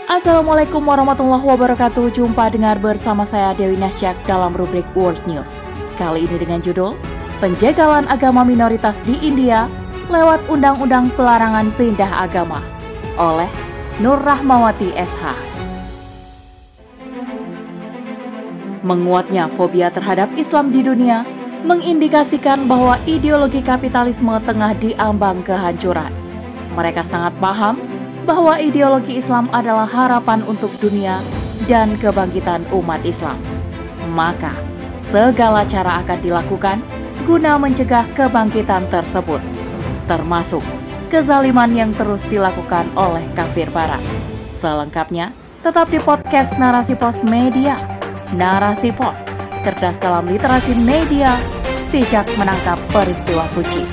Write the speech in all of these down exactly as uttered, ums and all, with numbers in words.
Assalamualaikum warahmatullahi wabarakatuh. Jumpa dengar bersama saya Dewi Nasyak dalam rubrik World News. Kali ini dengan judul Penjagalan Agama Minoritas di India lewat Undang-Undang Pelarangan Pindah Agama oleh Nur Rahmawati S H. Menguatnya fobia terhadap Islam di dunia mengindikasikan bahwa ideologi kapitalisme tengah diambang kehancuran. Mereka sangat paham bahwa ideologi Islam adalah harapan untuk dunia dan kebangkitan umat Islam. Maka, segala cara akan dilakukan guna mencegah kebangkitan tersebut, termasuk kezaliman yang terus dilakukan oleh kafir barat. Selengkapnya, tetap di podcast Narasi Pos Media. Narasi Pos, cerdas dalam literasi media, bijak menangkap peristiwa kunci.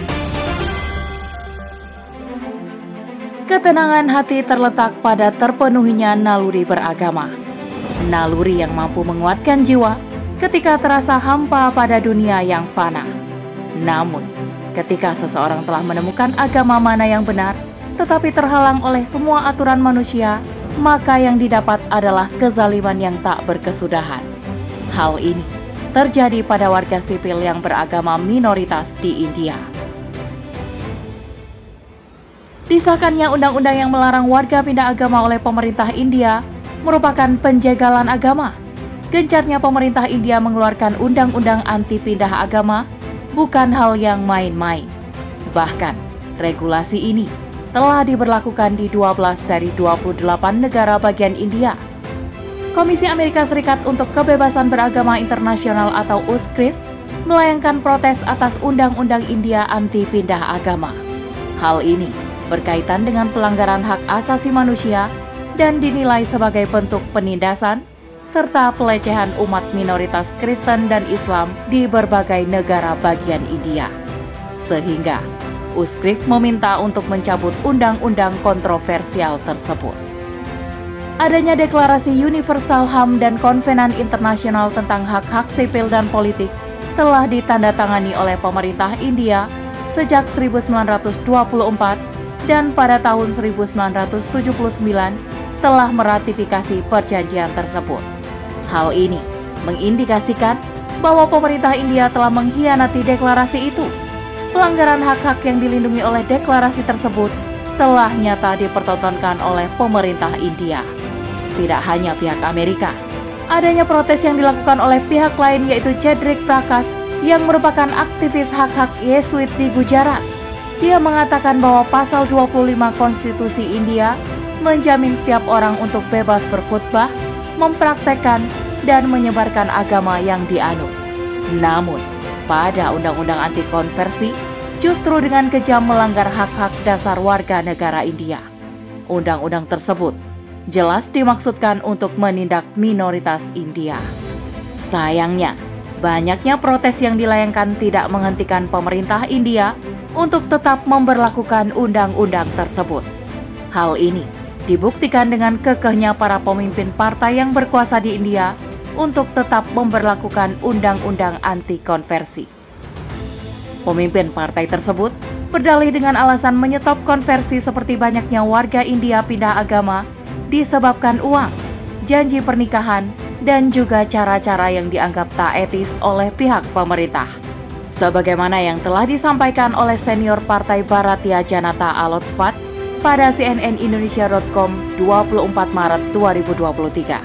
Ketenangan hati terletak pada terpenuhinya naluri beragama. Naluri yang mampu menguatkan jiwa ketika terasa hampa pada dunia yang fana. Namun, ketika seseorang telah menemukan agama mana yang benar, tetapi terhalang oleh semua aturan manusia, maka yang didapat adalah kezaliman yang tak berkesudahan. Hal ini terjadi pada warga sipil yang beragama minoritas di India. Disahkannya undang-undang yang melarang warga pindah agama oleh pemerintah India merupakan penjagalan agama. Gencarnya pemerintah India mengeluarkan undang-undang anti pindah agama bukan hal yang main-main. Bahkan, regulasi ini telah diberlakukan di dua belas dari dua puluh delapan negara bagian India. Komisi Amerika Serikat untuk Kebebasan Beragama Internasional atau U S C R I F melayangkan protes atas undang-undang India anti pindah agama. Hal ini berkaitan dengan pelanggaran hak asasi manusia dan dinilai sebagai bentuk penindasan serta pelecehan umat minoritas Kristen dan Islam di berbagai negara bagian India. Sehingga U S C R I F meminta untuk mencabut undang-undang kontroversial tersebut. Adanya Deklarasi Universal H A M dan Konvenan Internasional tentang Hak-Hak Sipil dan Politik telah ditandatangani oleh pemerintah India sejak seribu sembilan ratus dua puluh empat dan pada tahun seribu sembilan ratus tujuh puluh sembilan telah meratifikasi perjanjian tersebut. Hal ini mengindikasikan bahwa pemerintah India telah mengkhianati deklarasi itu. Pelanggaran hak-hak yang dilindungi oleh deklarasi tersebut telah nyata dipertontonkan oleh pemerintah India. Tidak hanya pihak Amerika, adanya protes yang dilakukan oleh pihak lain yaitu Cedric Prakash yang merupakan aktivis hak-hak Yesuit di Gujarat. Dia mengatakan bahwa pasal dua puluh lima Konstitusi India menjamin setiap orang untuk bebas berkhutbah, mempraktekkan, dan menyebarkan agama yang dianut. Namun, pada Undang-Undang Anti Konversi, justru dengan kejam melanggar hak-hak dasar warga negara India. Undang-undang tersebut jelas dimaksudkan untuk menindak minoritas India. Sayangnya, banyaknya protes yang dilayangkan tidak menghentikan pemerintah India untuk tetap memberlakukan undang-undang tersebut. Hal ini dibuktikan dengan kekehnya para pemimpin partai yang berkuasa di India untuk tetap memberlakukan undang-undang anti konversi. Pemimpin partai tersebut berdalih dengan alasan menyetop konversi seperti banyaknya warga India pindah agama disebabkan uang, janji pernikahan, dan juga cara-cara yang dianggap tak etis oleh pihak pemerintah. Sebagaimana yang telah disampaikan oleh senior Partai Bharatiya Janata Alotsfat pada C N N Indonesia dot com dua puluh empat Maret dua ribu dua puluh tiga.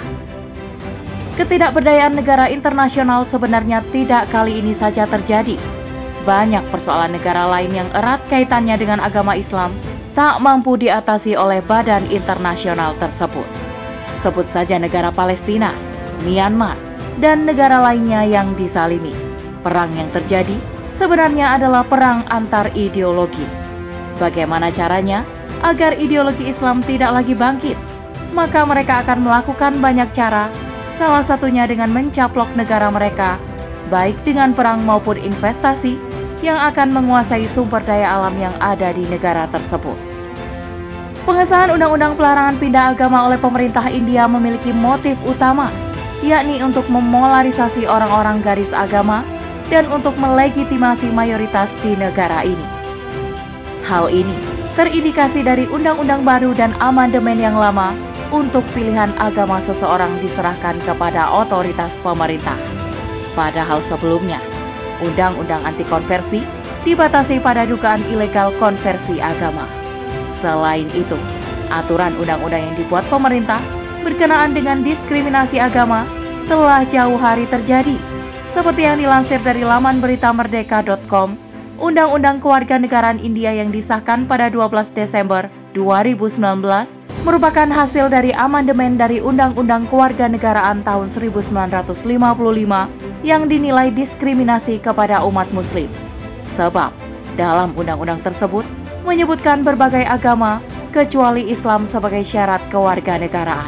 Ketidakberdayaan negara internasional sebenarnya tidak kali ini saja terjadi. Banyak persoalan negara lain yang erat kaitannya dengan agama Islam tak mampu diatasi oleh badan internasional tersebut. Sebut saja negara Palestina, Myanmar, dan negara lainnya yang disalimi. Perang yang terjadi sebenarnya adalah perang antar ideologi. Bagaimana caranya agar ideologi Islam tidak lagi bangkit? Maka mereka akan melakukan banyak cara, salah satunya dengan mencaplok negara mereka, baik dengan perang maupun investasi yang akan menguasai sumber daya alam yang ada di negara tersebut. Pengesahan Undang-Undang Pelarangan Pindah Agama oleh pemerintah India memiliki motif utama, yakni untuk memolarisasi orang-orang garis agama dan untuk melegitimasi mayoritas di negara ini. Hal ini terindikasi dari undang-undang baru dan amandemen yang lama untuk pilihan agama seseorang diserahkan kepada otoritas pemerintah. Padahal sebelumnya, Undang-Undang Anti Konversi dibatasi pada dugaan ilegal konversi agama. Selain itu, aturan undang-undang yang dibuat pemerintah berkenaan dengan diskriminasi agama telah jauh hari terjadi. Seperti yang dilansir dari laman berita merdeka titik com, Undang-Undang Kewarganegaraan India yang disahkan pada dua belas Desember dua ribu sembilan belas merupakan hasil dari amandemen dari Undang-Undang Kewarganegaraan tahun seribu sembilan ratus lima puluh lima yang dinilai diskriminasi kepada umat Muslim. Sebab, dalam undang-undang tersebut menyebutkan berbagai agama kecuali Islam sebagai syarat kewarganegaraan.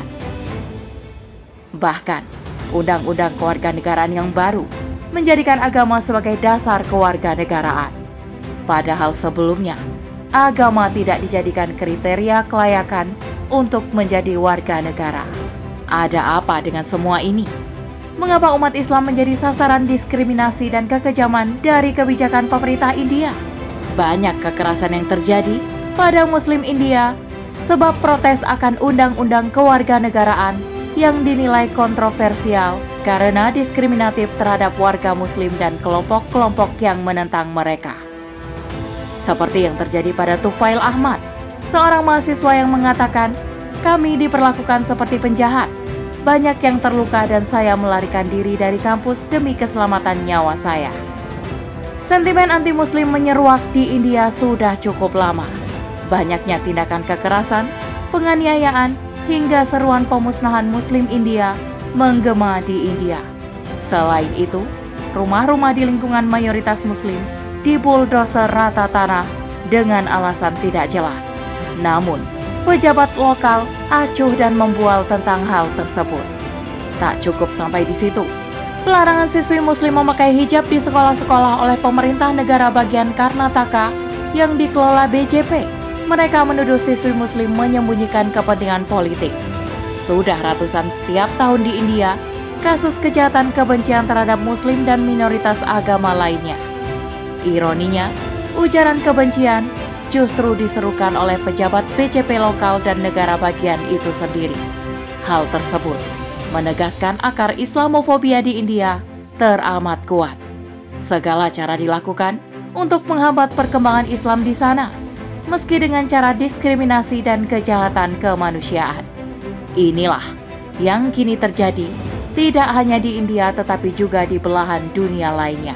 Bahkan, Undang-Undang Kewarganegaraan yang baru menjadikan agama sebagai dasar kewarganegaraan. Padahal sebelumnya, agama tidak dijadikan kriteria kelayakan untuk menjadi warga negara. Ada apa dengan semua ini? Mengapa umat Islam menjadi sasaran diskriminasi dan kekejaman dari kebijakan pemerintah India? Banyak kekerasan yang terjadi pada Muslim India sebab protes akan Undang-Undang Kewarganegaraan yang dinilai kontroversial karena diskriminatif terhadap warga Muslim dan kelompok-kelompok yang menentang mereka. Seperti yang terjadi pada Tufail Ahmad, seorang mahasiswa yang mengatakan, "Kami diperlakukan seperti penjahat. Banyak yang terluka dan saya melarikan diri dari kampus demi keselamatan nyawa saya." Sentimen anti-Muslim menyeruak di India sudah cukup lama. Banyaknya tindakan kekerasan, penganiayaan, hingga seruan pemusnahan Muslim India menggema di India. Selain itu, rumah-rumah di lingkungan mayoritas Muslim dibuldoser rata tanah dengan alasan tidak jelas. Namun, pejabat lokal acuh dan membual tentang hal tersebut. Tak cukup sampai di situ. Pelarangan siswi Muslim memakai hijab di sekolah-sekolah oleh pemerintah negara bagian Karnataka yang dikelola B J P. Mereka menuduh siswi Muslim menyembunyikan kepentingan politik. Sudah ratusan setiap tahun di India, kasus kejahatan kebencian terhadap Muslim dan minoritas agama lainnya. Ironinya, ujaran kebencian justru diserukan oleh pejabat B J P lokal dan negara bagian itu sendiri. Hal tersebut menegaskan akar Islamofobia di India teramat kuat. Segala cara dilakukan untuk menghambat perkembangan Islam di sana, meski dengan cara diskriminasi dan kejahatan kemanusiaan. Inilah yang kini terjadi tidak hanya di India tetapi juga di belahan dunia lainnya.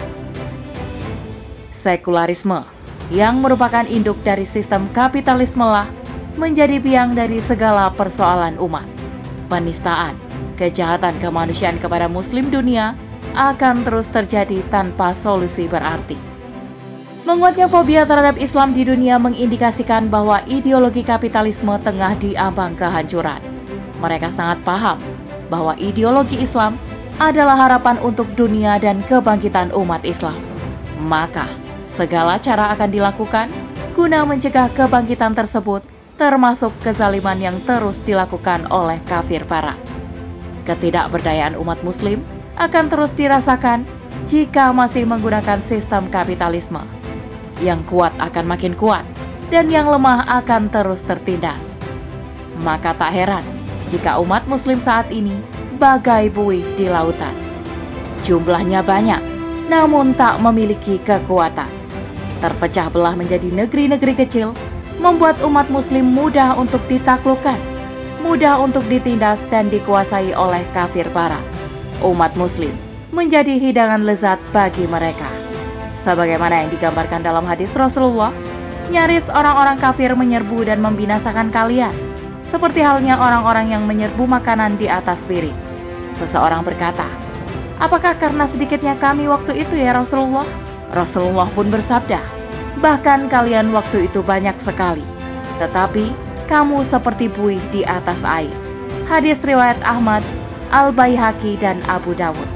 Sekularisme yang merupakan induk dari sistem kapitalisme lah menjadi biang dari segala persoalan umat. Penistaan, kejahatan kemanusiaan kepada Muslim dunia akan terus terjadi tanpa solusi berarti. Menguatnya fobia terhadap Islam di dunia mengindikasikan bahwa ideologi kapitalisme tengah diambang kehancuran. Mereka sangat paham bahwa ideologi Islam adalah harapan untuk dunia dan kebangkitan umat Islam. Maka, segala cara akan dilakukan guna mencegah kebangkitan tersebut, termasuk kezaliman yang terus dilakukan oleh kafir barat. Ketidakberdayaan umat Muslim akan terus dirasakan jika masih menggunakan sistem kapitalisme. Yang kuat akan makin kuat, dan yang lemah akan terus tertindas. Maka tak heran jika umat Muslim saat ini bagai buih di lautan. Jumlahnya banyak, namun tak memiliki kekuatan. Terpecah belah menjadi negeri-negeri kecil, membuat umat Muslim mudah untuk ditaklukkan, mudah untuk ditindas dan dikuasai oleh kafir barat. Umat Muslim menjadi hidangan lezat bagi mereka. Sebagaimana yang digambarkan dalam hadis Rasulullah, nyaris orang-orang kafir menyerbu dan membinasakan kalian, seperti halnya orang-orang yang menyerbu makanan di atas piring. Seseorang berkata, "Apakah karena sedikitnya kami waktu itu ya Rasulullah?" Rasulullah pun bersabda, "Bahkan kalian waktu itu banyak sekali, tetapi kamu seperti buih di atas air." Hadis riwayat Ahmad, Al-Baihaqi, dan Abu Dawud.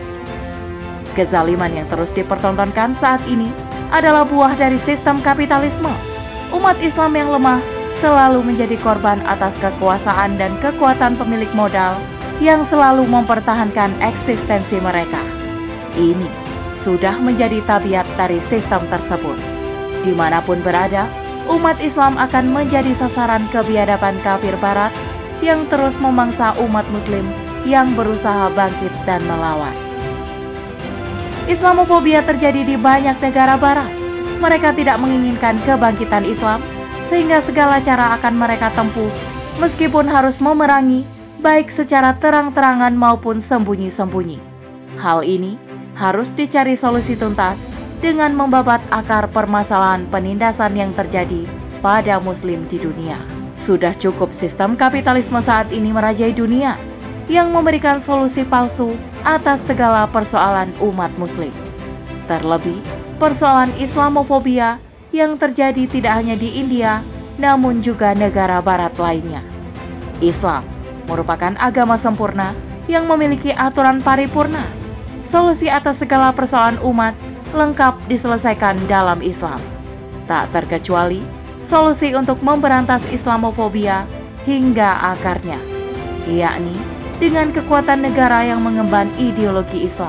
Kezaliman yang terus dipertontonkan saat ini adalah buah dari sistem kapitalisme. Umat Islam yang lemah selalu menjadi korban atas kekuasaan dan kekuatan pemilik modal yang selalu mempertahankan eksistensi mereka. Ini sudah menjadi tabiat dari sistem tersebut. Dimanapun berada, umat Islam akan menjadi sasaran kebiadaban kafir barat yang terus memangsa umat muslim yang berusaha bangkit dan melawan. Islamofobia terjadi di banyak negara barat. Mereka tidak menginginkan kebangkitan Islam, sehingga segala cara akan mereka tempuh, meskipun harus memerangi, baik secara terang-terangan maupun sembunyi-sembunyi. Hal ini harus dicari solusi tuntas dengan membabat akar permasalahan penindasan yang terjadi pada muslim di dunia. Sudah cukup sistem kapitalisme saat ini merajai dunia yang memberikan solusi palsu atas segala persoalan umat muslim. Terlebih, persoalan Islamofobia yang terjadi tidak hanya di India, namun juga negara barat lainnya. Islam merupakan agama sempurna yang memiliki aturan paripurna. Solusi atas segala persoalan umat lengkap diselesaikan dalam Islam. Tak terkecuali solusi untuk memberantas Islamofobia hingga akarnya, yakni dengan kekuatan negara yang mengemban ideologi Islam.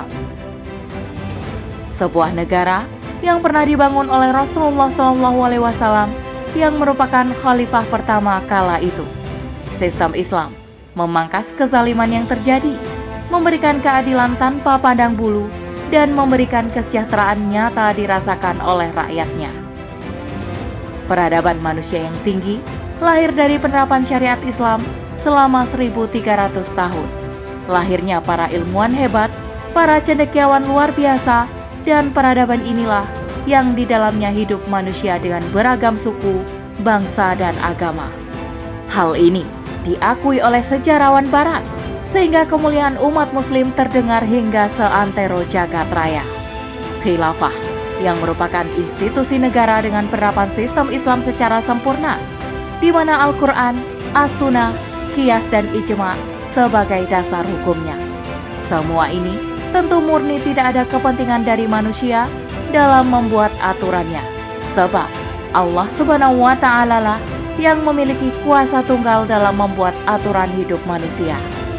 Sebuah negara yang pernah dibangun oleh Rasulullah shallallahu alaihi wasallam yang merupakan khalifah pertama kala itu. Sistem Islam memangkas kezaliman yang terjadi, memberikan keadilan tanpa pandang bulu, dan memberikan kesejahteraan nyata dirasakan oleh rakyatnya. Peradaban manusia yang tinggi lahir dari penerapan syariat Islam selama seribu tiga ratus tahun. Lahirnya para ilmuwan hebat, para cendekiawan luar biasa, dan peradaban inilah yang di dalamnya hidup manusia dengan beragam suku, bangsa, dan agama. Hal ini diakui oleh sejarawan barat, sehingga kemuliaan umat muslim terdengar hingga seantero jagat raya. Khilafah yang merupakan institusi negara dengan penerapan sistem Islam secara sempurna, di mana Al-Quran, As-Sunnah, Qiyas, dan Ijma' sebagai dasar hukumnya. Semua ini tentu murni tidak ada kepentingan dari manusia dalam membuat aturannya, sebab Allah Subhanahu wa Ta'ala lah yang memiliki kuasa tunggal dalam membuat aturan hidup manusia.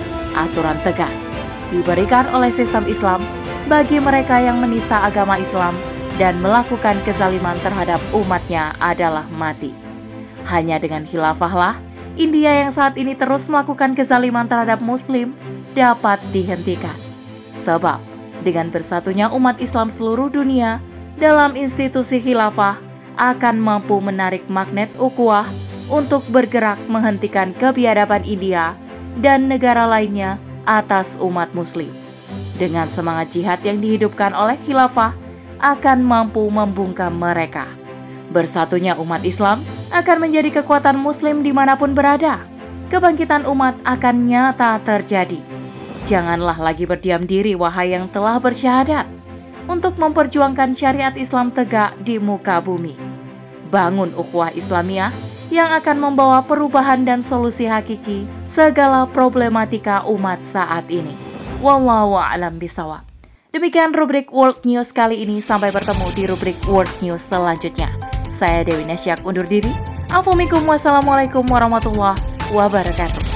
Aturan tegas diberikan oleh sistem Islam bagi mereka yang menista agama Islam dan melakukan kezaliman terhadap umatnya adalah mati. Hanya dengan khilafahlah India yang saat ini terus melakukan kezaliman terhadap muslim dapat dihentikan. Sebab dengan bersatunya umat Islam seluruh dunia dalam institusi khilafah akan mampu menarik magnet ukhuwah untuk bergerak menghentikan kebiadaban India dan negara lainnya atas umat muslim. Dengan semangat jihad yang dihidupkan oleh khilafah akan mampu membungkam mereka. Bersatunya umat Islam akan menjadi kekuatan muslim dimanapun berada. Kebangkitan umat akan nyata terjadi. Janganlah lagi berdiam diri wahai yang telah bersyahadat untuk memperjuangkan syariat Islam tegak di muka bumi. Bangun ukhuwah Islamiyah yang akan membawa perubahan dan solusi hakiki segala problematika umat saat ini. Wallahu a'lam bishawab. Demikian rubrik World News kali ini. Sampai bertemu di rubrik World News selanjutnya. Saya Dewi Nasyak undur diri. Assalamualaikum warahmatullahi wabarakatuh.